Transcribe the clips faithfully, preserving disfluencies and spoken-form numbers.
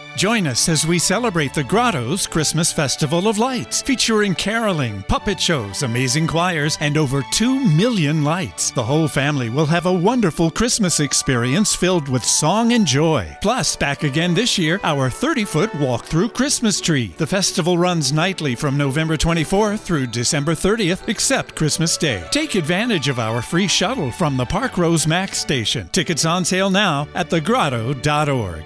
Join us as we celebrate the Grotto's Christmas Festival of Lights, featuring caroling, puppet shows, amazing choirs, and over two million lights. The whole family will have a wonderful Christmas experience filled with song and joy. Plus, back again this year, our thirty-foot walk-through Christmas tree. The festival runs nightly from November twenty-fourth through December thirtieth, except Christmas Day. Take advantage of our free shuttle from the Park Rose Max station. Tickets on sale now at the grotto dot org.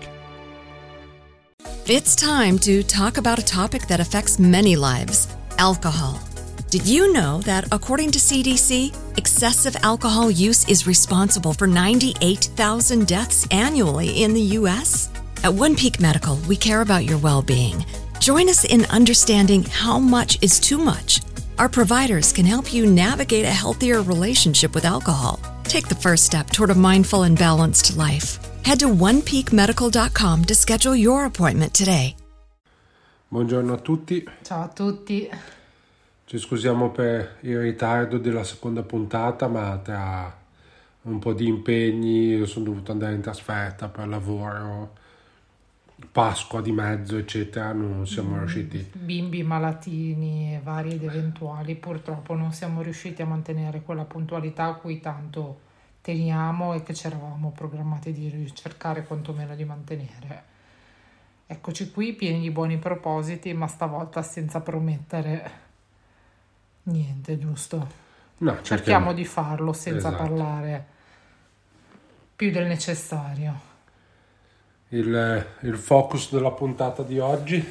It's time to talk about a topic that affects many lives: alcohol. Did you know that, according to C D C, excessive alcohol use is responsible for ninety-eight thousand deaths annually in the U S? At One Peak Medical, we care about your well-being. Join us in understanding how much is too much. Our providers can help you navigate a healthier relationship with alcohol. Take the first step toward a mindful and balanced life. Head to one peak medical dot com to schedule your appointment today. Buongiorno a tutti. Ciao a tutti. Ci scusiamo per il ritardo della seconda puntata, ma tra un po' di impegni sono dovuto andare in trasferta per lavoro, Pasqua di mezzo, eccetera, non siamo mm, riusciti. Bimbi malatini vari ed eventuali, purtroppo non siamo riusciti a mantenere quella puntualità a cui tanto teniamo e che ci eravamo programmati di cercare quantomeno di mantenere. Eccoci qui pieni di buoni propositi, ma stavolta senza promettere niente, giusto? No, cerchiamo, cerchiamo di farlo senza esatto. parlare più del necessario. Il, il focus della puntata di oggi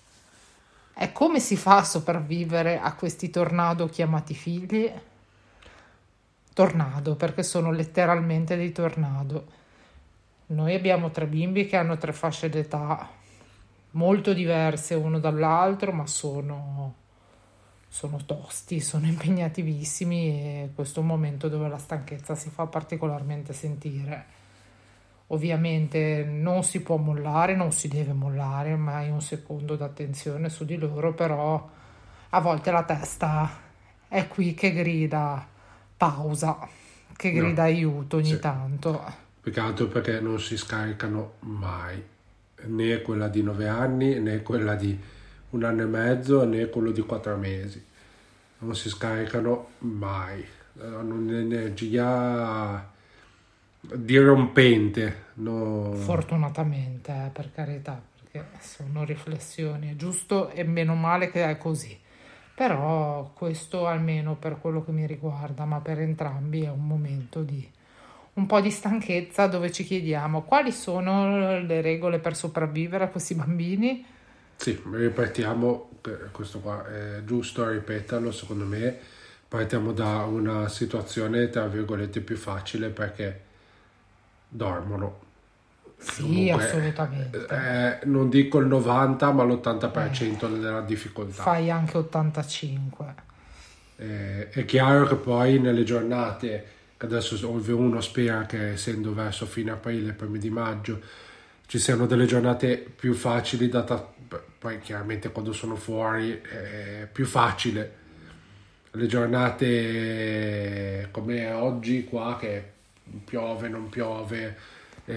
è come si fa a sopravvivere a questi tornado chiamati figli. Tornado, perché sono letteralmente dei tornado. Noi abbiamo tre bimbi che hanno tre fasce d'età molto diverse uno dall'altro, ma sono, sono tosti, sono impegnativissimi, e questo è un momento dove la stanchezza si fa particolarmente sentire. Ovviamente non si può mollare, non si deve mollare mai un secondo d'attenzione su di loro, però a volte la testa è qui che grida pausa, che grida no, aiuto ogni sì. tanto. Peccato perché non si scaricano mai, né quella di nove anni, né quella di un anno e mezzo, né quello di quattro mesi. Non si scaricano mai. Hanno un'energia dirompente. No. Fortunatamente, eh, per carità, perché sono riflessioni, è giusto e meno male che è così. Però questo, almeno per quello che mi riguarda, ma per entrambi, è un momento di un po' di stanchezza, dove ci chiediamo quali sono le regole per sopravvivere a questi bambini. Sì, ripetiamo, questo qua è giusto ripeterlo, secondo me partiamo da una situazione tra virgolette più facile, perché dormono. Sì, comunque, assolutamente. Eh, non dico il novanta, ma l'ottanta per cento eh, della difficoltà. Fai anche ottantacinque. Eh, è chiaro che poi nelle giornate, che adesso ovvio uno spera che essendo verso fine aprile, primi di maggio, ci siano delle giornate più facili, data poi chiaramente quando sono fuori è più facile. Le giornate come oggi qua, che piove, non piove,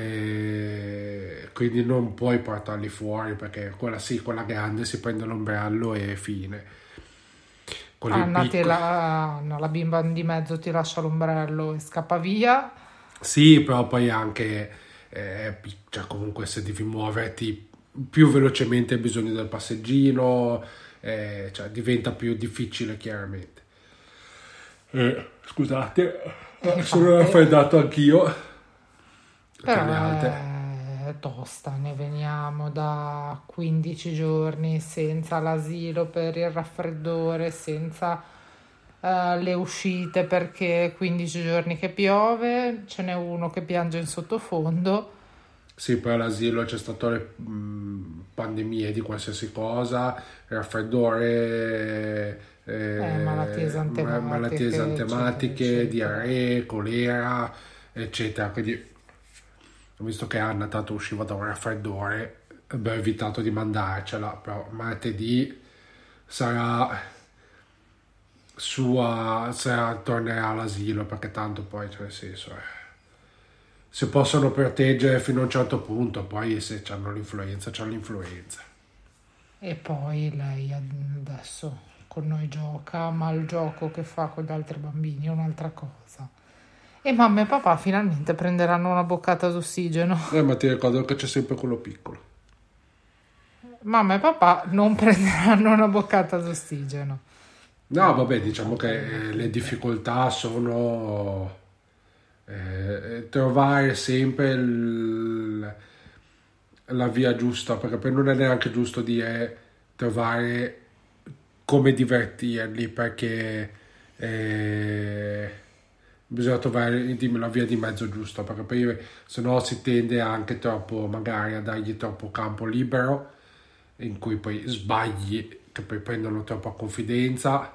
e quindi non puoi portarli fuori, perché quella sì, quella grande si prende l'ombrello e fine. Anna, piccoli... la, no, la bimba di mezzo ti lascia l'ombrello e scappa via. Sì, però poi anche eh, cioè comunque se devi muoverti più velocemente hai bisogno del passeggino, eh, cioè diventa più difficile chiaramente. Eh, scusate, eh, sono raffreddato anch'io. Però è tosta, ne veniamo da quindici giorni senza l'asilo per il raffreddore, senza uh, le uscite perché quindici giorni che piove, ce n'è uno che piange in sottofondo. Sì, poi all'asilo c'è stato le mh, pandemie di qualsiasi cosa, raffreddore, eh, eh, malattie esantematiche, malattie esantematiche eccetera, diarrea, colera, eccetera. Quindi visto che Anna tanto usciva da un raffreddore, abbiamo evitato di mandarcela, però martedì sarà sua, sarà, tornerà all'asilo, perché tanto poi, cioè nel senso, si possono proteggere fino a un certo punto, poi se hanno l'influenza, c'hanno l'influenza. E poi lei adesso con noi gioca, ma il gioco che fa con gli altri bambini è un'altra cosa. E mamma e papà finalmente prenderanno una boccata d'ossigeno. Eh, ma ti ricordo che c'è sempre quello piccolo. Mamma e papà non prenderanno una boccata d'ossigeno. No, vabbè, diciamo che eh, le difficoltà sono eh, trovare sempre il, la via giusta, perché poi non è neanche giusto dire trovare come divertirli, perché eh, bisogna trovare dimmi, la via di mezzo giusta, perché poi se no si tende anche troppo magari a dargli troppo campo libero, in cui poi sbagli, che poi prendono troppa confidenza.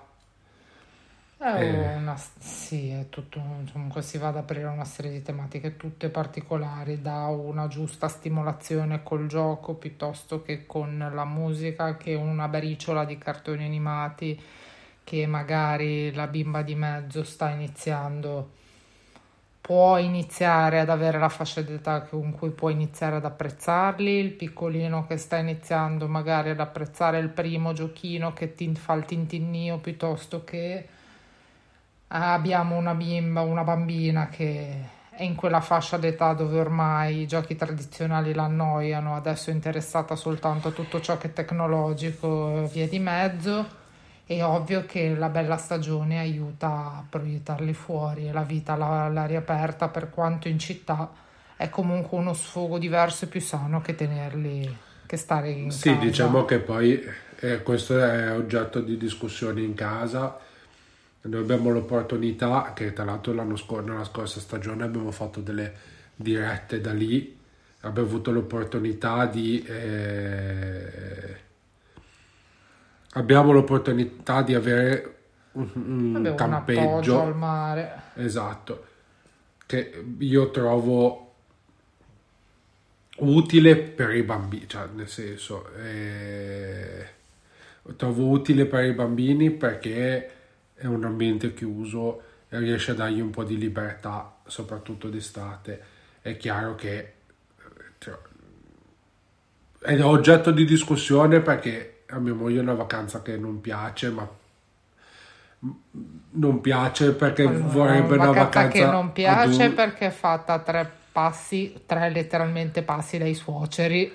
È Eh. una, sì, è tutto, comunque si va ad aprire una serie di tematiche tutte particolari, da una giusta stimolazione col gioco piuttosto che con la musica, che una briciola di cartoni animati che magari la bimba di mezzo sta iniziando, può iniziare ad avere la fascia d'età con cui può iniziare ad apprezzarli, il piccolino che sta iniziando magari ad apprezzare il primo giochino che ti fa il tintinnio, piuttosto che abbiamo una bimba, una bambina che è in quella fascia d'età dove ormai i giochi tradizionali la annoiano, adesso è interessata soltanto a tutto ciò che è tecnologico e via di mezzo. È ovvio che la bella stagione aiuta a proiettarli fuori, e la vita all'aria aperta, per quanto in città, è comunque uno sfogo diverso e più sano che tenerli, che stare in Sì, casa. diciamo che poi eh, questo è oggetto di discussione in casa. Noi abbiamo l'opportunità, che tra l'altro l'anno scorso, nella scorsa stagione abbiamo fatto delle dirette da lì, abbiamo avuto l'opportunità di eh, abbiamo l'opportunità di avere un, un Abbiamo campeggio, un appoggio al mare. esatto, che io trovo utile per i bambini, cioè nel senso eh, trovo utile per i bambini perché è un ambiente chiuso e riesce a dargli un po' di libertà, soprattutto d'estate. È chiaro che cioè, è oggetto di discussione perché a mia moglie è una vacanza che non piace, ma non piace perché Allora, vorrebbe una vacanza che non piace adulta. perché è fatta a tre passi, tre letteralmente passi dai suoceri.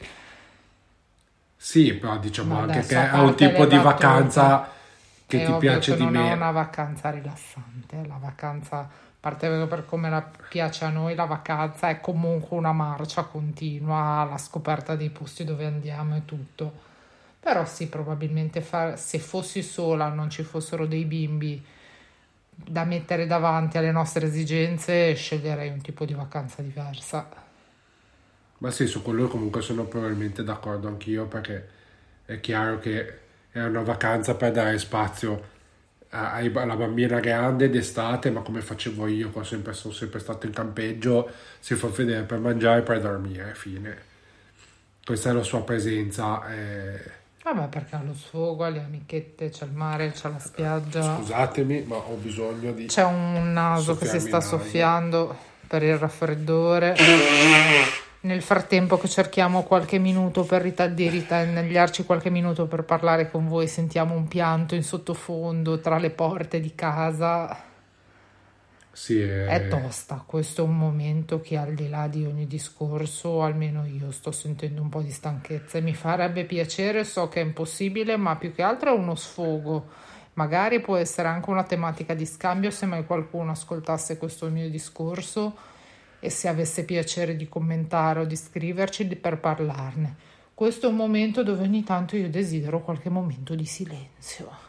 Sì, però diciamo Ma anche adesso, che a è un parte tipo le di battute, vacanza che è ti ovvio piace che di non è meno. una vacanza rilassante, la vacanza, a parte che per come la piace a noi, la vacanza è comunque una marcia continua alla scoperta dei posti dove andiamo e tutto. Però sì, probabilmente far, se fossi sola, non ci fossero dei bimbi da mettere davanti alle nostre esigenze, sceglierei un tipo di vacanza diversa. Ma sì, su quello comunque sono probabilmente d'accordo anch'io, perché è chiaro che è una vacanza per dare spazio a- ai- alla bambina grande d'estate, ma come facevo io, quando sempre, sono sempre stato in campeggio, si fa vedere per mangiare e per dormire, fine. Questa è la sua presenza. eh. Vabbè, perché ha lo sfogo, ha le amichette, c'è il mare, c'è la spiaggia. Scusatemi, ma ho bisogno di... C'è un naso che si Soffiarmi sta il naso. soffiando per il raffreddore. Nel frattempo che cerchiamo qualche minuto per rita- di ritagliarci qualche minuto per parlare con voi, sentiamo un pianto in sottofondo tra le porte di casa. Sì, è... È tosta, questo è un momento che al di là di ogni discorso, almeno io sto sentendo un po' di stanchezza e mi farebbe piacere, so che è impossibile, ma più che altro è uno sfogo. Magari può essere anche una tematica di scambio se mai qualcuno ascoltasse questo mio discorso e se avesse piacere di commentare o di scriverci di- per parlarne. Questo è un momento dove ogni tanto io desidero qualche momento di silenzio.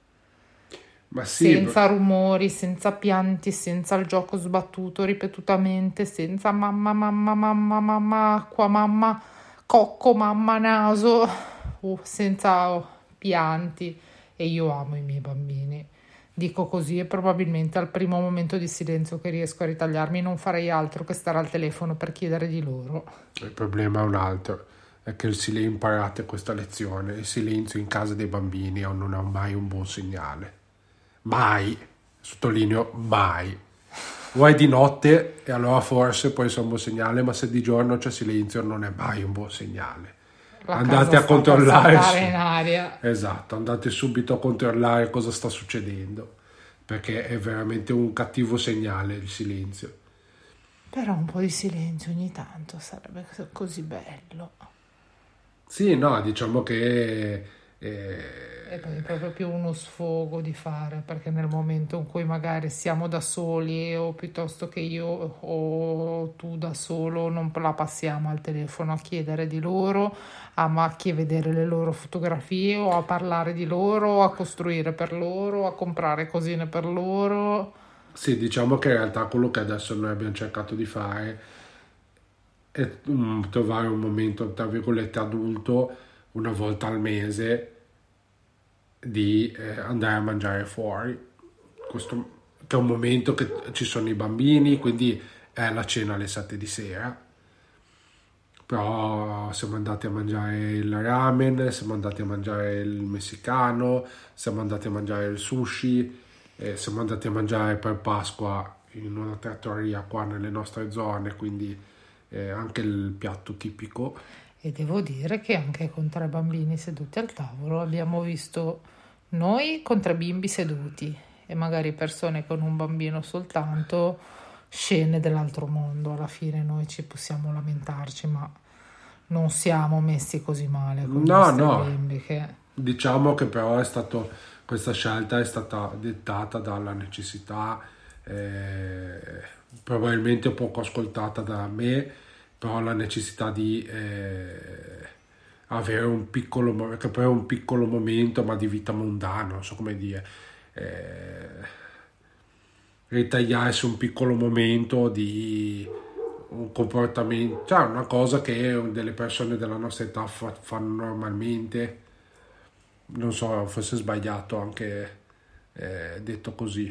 Ma sì, Senza rumori, senza pianti, senza il gioco sbattuto ripetutamente, senza mamma, mamma, mamma, mamma, acqua, mamma, cocco, mamma, naso, uh, senza pianti. E io amo i miei bambini. Dico così e probabilmente al primo momento di silenzio che riesco a ritagliarmi non farei altro che stare al telefono per chiedere di loro. il problema è un altro, è che il silenzio, imparate questa lezione, il silenzio in casa dei bambini non è mai un buon segnale. Mai, sottolineo mai. o è di notte e allora forse può essere un buon segnale, ma se di giorno c'è silenzio non è mai un buon segnale. La Andate casa a sta controllare per su- saltare in aria. esatto, andate subito a controllare cosa sta succedendo, perché è veramente un cattivo segnale il silenzio. Però un po' di silenzio ogni tanto sarebbe così bello. Sì, no, diciamo che eh, E poi è proprio più uno sfogo di fare, perché nel momento in cui magari siamo da soli o piuttosto che io o tu da solo non la passiamo al telefono a chiedere di loro, a macchie vedere le loro fotografie o a parlare di loro, o a costruire per loro, a comprare cosine per loro. sì, diciamo che in realtà quello che adesso noi abbiamo cercato di fare è mm, trovare un momento, tra virgolette, adulto, una volta al mese, di eh, andare a mangiare fuori. Questo che è un momento che ci sono i bambini, quindi è la cena alle sette di sera. Però siamo andati a mangiare il ramen, siamo andati a mangiare il messicano, siamo andati a mangiare il sushi, eh, siamo andati a mangiare per Pasqua in una trattoria qua nelle nostre zone, quindi eh, anche il piatto tipico. E devo dire che anche con tre bambini seduti al tavolo abbiamo visto noi con tre bimbi seduti e magari persone con un bambino soltanto, scene dell'altro mondo. Alla fine noi ci possiamo lamentarci, ma non siamo messi così male con i No, nostri no. bimbi che... Diciamo che però è stato, questa scelta è stata dettata dalla necessità, eh, probabilmente poco ascoltata da me, però la necessità di eh, avere un piccolo, mo- che poi è un piccolo momento, ma di vita mondana, non so come dire, eh, ritagliarsi un piccolo momento di un comportamento, cioè una cosa che delle persone della nostra età fa- fanno normalmente. Non so, forse è sbagliato anche eh, detto così.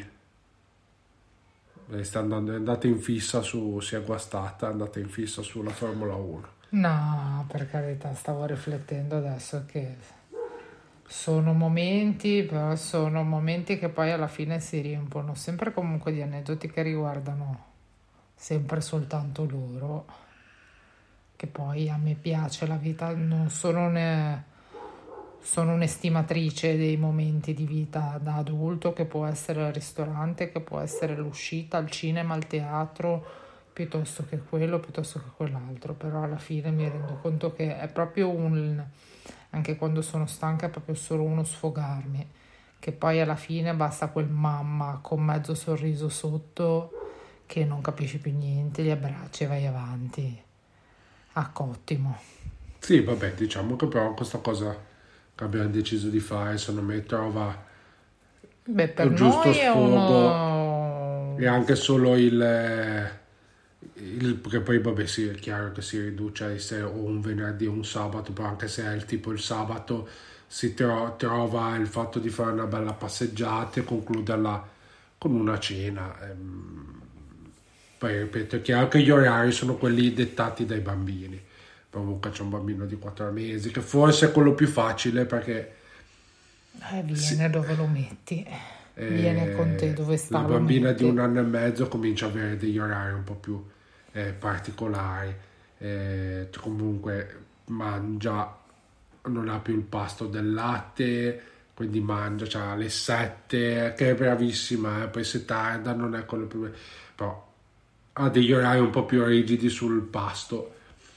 Eh, sta andando, è andata in fissa su, si è guastata, è andata in fissa sulla Formula uno. No, per carità, stavo riflettendo adesso che sono momenti, però sono momenti che poi alla fine si riempiono sempre comunque di aneddoti che riguardano sempre soltanto loro, che poi a me piace la vita, non sono ne, sono un'estimatrice dei momenti di vita da adulto, che può essere il ristorante, che può essere l'uscita al cinema, al teatro, piuttosto che quello, piuttosto che quell'altro, però alla fine mi rendo conto che è proprio un, anche quando sono stanca è proprio solo uno sfogarmi, che poi alla fine basta quel mamma con mezzo sorriso sotto che non capisci più niente, li abbracci e vai avanti a cottimo. Sì, vabbè, diciamo che però questa cosa che abbiamo deciso di fare, secondo me, trova Beh, per il giusto noi è sfogo uno... e anche solo il... Il, perché poi vabbè sì, è chiaro che si riduce a essere o un venerdì o un sabato, però anche se è il tipo il sabato si tro- trova il fatto di fare una bella passeggiata e concluderla con una cena. Ehm, poi ripeto, è chiaro che gli orari sono quelli dettati dai bambini. Comunque c'è un bambino di quattro mesi che forse è quello più facile perché Eh, viene sì. dove lo metti, viene con te dove sta. La lo bambina metti. di un anno e mezzo comincia ad avere degli orari un po' più eh, particolari, eh, comunque mangia, non ha più il pasto del latte, quindi mangia, cioè alle sette, che è bravissima, eh, poi se tarda non è quello più... però ha degli orari un po' più rigidi sul pasto,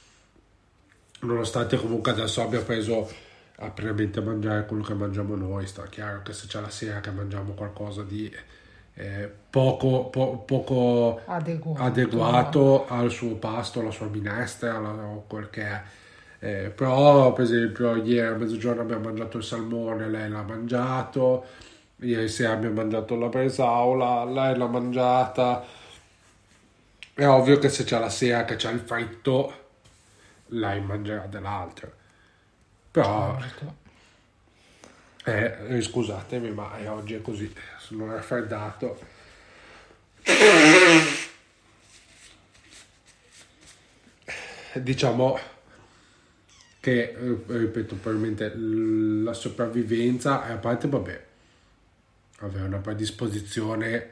nonostante comunque adesso abbia preso appienamente a mangiare quello che mangiamo noi. Sta chiaro che se c'è la sera che mangiamo qualcosa di eh, poco, po- poco Adeguato. adeguato al suo pasto, alla sua minestra, alla, o quel che è. Eh, però per esempio ieri a mezzogiorno abbiamo mangiato il salmone, lei l'ha mangiato, ieri sera abbiamo mangiato la bresaola, lei l'ha mangiata. È ovvio che se c'è la sera che c'è il fritto, lei mangerà dell'altro. Però Certo. eh, eh, scusatemi, ma eh, oggi è così, sono raffreddato. Diciamo che, eh, ripeto, probabilmente l- la sopravvivenza, e a parte, vabbè, avere una predisposizione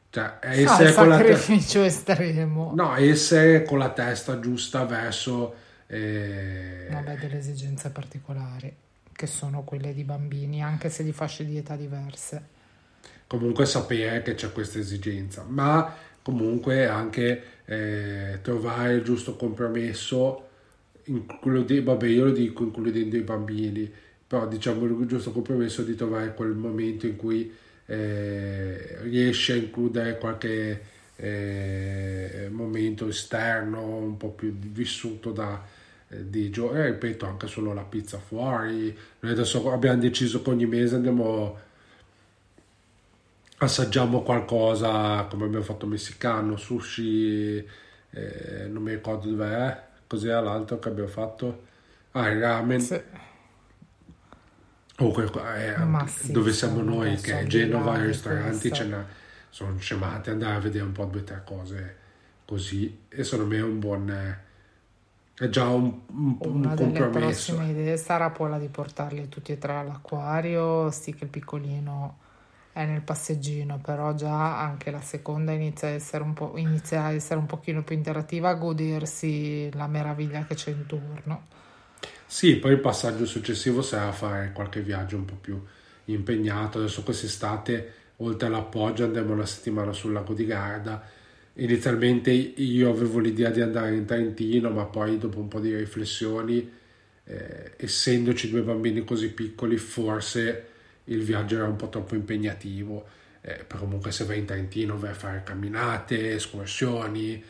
Cioè, Ah, il essere con la te- sacrificio estremo. no, essere con la testa giusta verso eh, Vabbè, delle esigenze particolari, che sono quelle di bambini, anche se di fasce di età diverse. comunque sapere che c'è questa esigenza, ma comunque anche eh, trovare il giusto compromesso, include- vabbè, io lo dico includendo i bambini, però diciamo il giusto compromesso di trovare quel momento in cui eh, riesci a includere qualche eh, momento esterno un po' più vissuto da eh, di gio- eh, ripeto, anche solo la pizza fuori. Noi adesso abbiamo deciso che ogni mese andiamo, assaggiamo qualcosa, come abbiamo fatto messicano, sushi, eh, non mi ricordo dove è, cos'era l'altro che abbiamo fatto, ah, il ramen. Sì. Comunque, eh, Ma sì, dove siamo insomma, noi, adesso che al è di Genova, là i di ristoranti ce questo, ne sono scemati, andare a vedere un po' due o tre cose così, e secondo me è un buon, eh, è già un, un- un una delle compromesso. prossime idee sarà quella di portarli tutti e tre all'acquario, sì che il piccolino è nel passeggino, però già anche la seconda inizia a essere un po', inizia a essere un pochino più interattiva, a godersi la meraviglia che c'è intorno. Sì, poi il passaggio successivo sarà fare qualche viaggio un po' più impegnato. Adesso quest'estate, oltre all'appoggio, andremo una settimana sul lago di Garda. Inizialmente io avevo l'idea di andare in Trentino, ma poi dopo un po' di riflessioni, eh, essendoci due bambini così piccoli, forse il viaggio era un po' troppo impegnativo. Eh, però comunque se vai in Trentino vai a fare camminate, escursioni,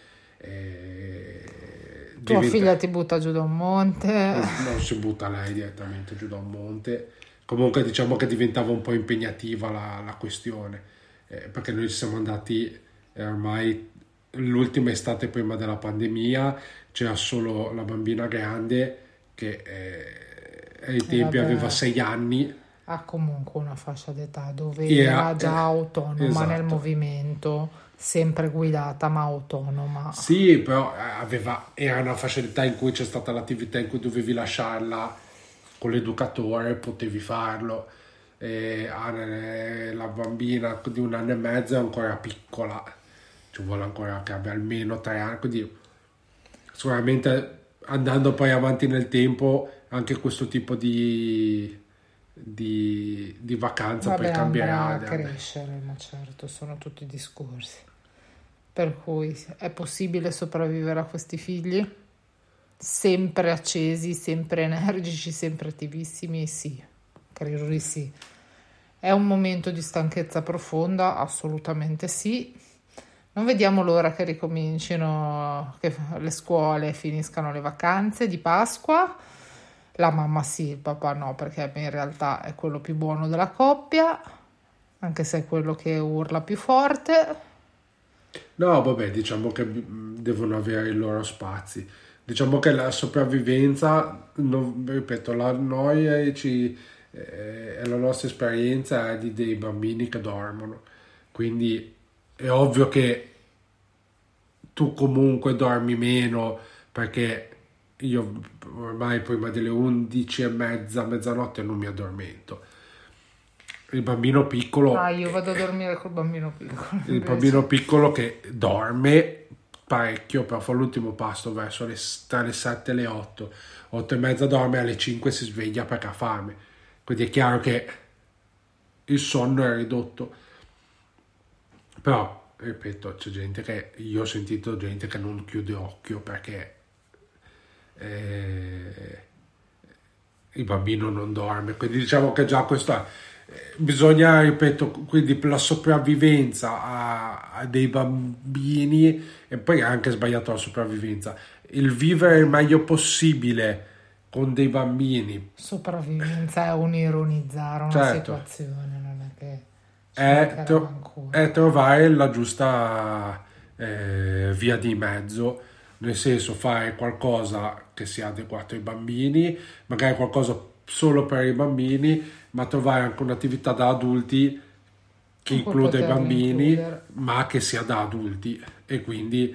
eh, Tua diventa- figlia ti butta giù da un monte. non si butta lei direttamente giù da un monte. Comunque diciamo che diventava un po' impegnativa la, la questione, eh, perché noi ci siamo andati eh, ormai l'ultima estate prima della pandemia, c'era solo la bambina grande che eh, ai tempi vabbè. aveva sei anni. Ha comunque una fascia d'età dove Era- era già eh, autonoma esatto. nel movimento, sempre guidata ma autonoma. Sì, però eh, aveva, era una fascia d'età in cui c'è stata l'attività in cui dovevi lasciarla con l'educatore, potevi farlo. E, ah, eh, la bambina di un anno e mezzo è ancora piccola, ci vuole ancora che abbia almeno tre anni, quindi sicuramente andando poi avanti nel tempo anche questo tipo di, di, di vacanza Vabbè, poi cambierà. andrà a crescere, ma certo, sono tutti discorsi. Per cui è possibile sopravvivere a questi figli? Sempre accesi, sempre energici, sempre attivissimi? Sì, credo di sì. È un momento di stanchezza profonda? Assolutamente sì. Non vediamo l'ora che ricomincino, che le scuole finiscano le vacanze di Pasqua. La mamma sì, il papà no, perché in realtà è quello più buono della coppia, anche se è quello che urla più forte. No, vabbè, diciamo che mh, devono avere i loro spazi. Diciamo che la sopravvivenza, non- ripeto, la noi ci, eh, la nostra esperienza è di dei bambini che dormono. Quindi è ovvio che tu comunque dormi meno, perché io ormai prima delle undici e mezza, mezzanotte non mi addormento. Il bambino piccolo, Ah, io vado a dormire col bambino piccolo. il invece. bambino piccolo che dorme parecchio, però fa l'ultimo pasto verso le, tra le sette e le otto, otto e mezza dorme, alle cinque si sveglia perché ha fame, quindi è chiaro che il sonno è ridotto. Però ripeto, c'è gente che, io ho sentito gente che non chiude occhio perché eh, il bambino non dorme, quindi diciamo che già questo è. Bisogna, ripeto, quindi la sopravvivenza a, a dei bambini, e poi è anche sbagliato la sopravvivenza, il vivere il meglio possibile con dei bambini Sopravvivenza è un ironizzare una Certo. situazione, non è che ci è, mancherà tro- ancora. è trovare la giusta eh, via di mezzo, nel senso fare qualcosa che sia adeguato ai bambini, magari qualcosa solo per i bambini, ma trovare anche un'attività da adulti che In cui include i poterli bambini, includere. ma che sia da adulti, e quindi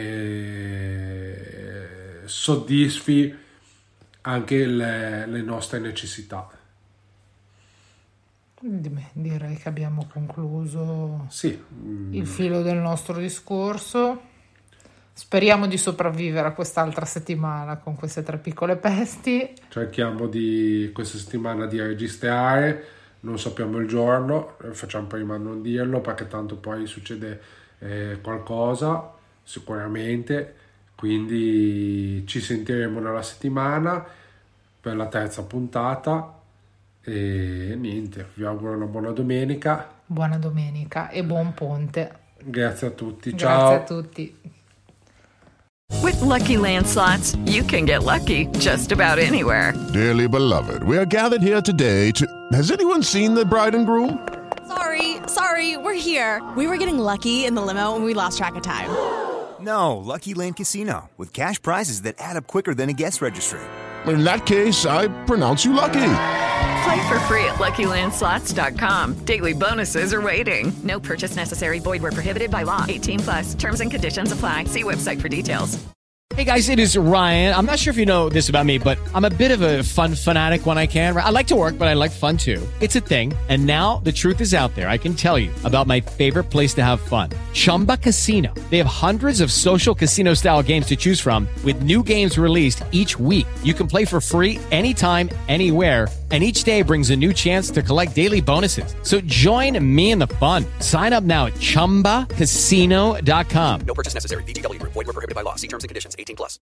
eh, soddisfi anche le, le nostre necessità. Direi che abbiamo concluso sì. il filo del nostro discorso. Speriamo di sopravvivere a quest'altra settimana con queste tre piccole pesti. Cerchiamo di questa settimana di registrare, non sappiamo il giorno, facciamo prima a non dirlo perché tanto poi succede eh, qualcosa sicuramente, quindi ci sentiremo nella settimana per la terza puntata. E niente, vi auguro una buona domenica. Buona domenica e buon ponte. Grazie a tutti. Grazie Ciao. a tutti. With Lucky Land Slots, you can get lucky just about anywhere. Dearly beloved, we are gathered here today to... Has anyone seen the bride and groom? Sorry, sorry, we're here. We were getting lucky in the limo and we lost track of time. No, Lucky Land Casino, with cash prizes that add up quicker than a guest registry. In that case, I pronounce you lucky. Play for free at lucky land slots dot com. Daily bonuses are waiting. No purchase necessary. Void where prohibited by law. eighteen plus. Terms and conditions apply. See website for details. Hey guys, it is Ryan. I'm not sure if you know this about me, but I'm a bit of a fun fanatic when I can. I like to work, but I like fun too. It's a thing. And now the truth is out there. I can tell you about my favorite place to have fun. Chumba Casino. They have hundreds of social casino style games to choose from with new games released each week. You can play for free anytime, anywhere. And each day brings a new chance to collect daily bonuses. So join me in the fun. Sign up now at chumba casino dot com. No purchase necessary. V G W Group. Void where prohibited by law. See terms and conditions. eighteen plus.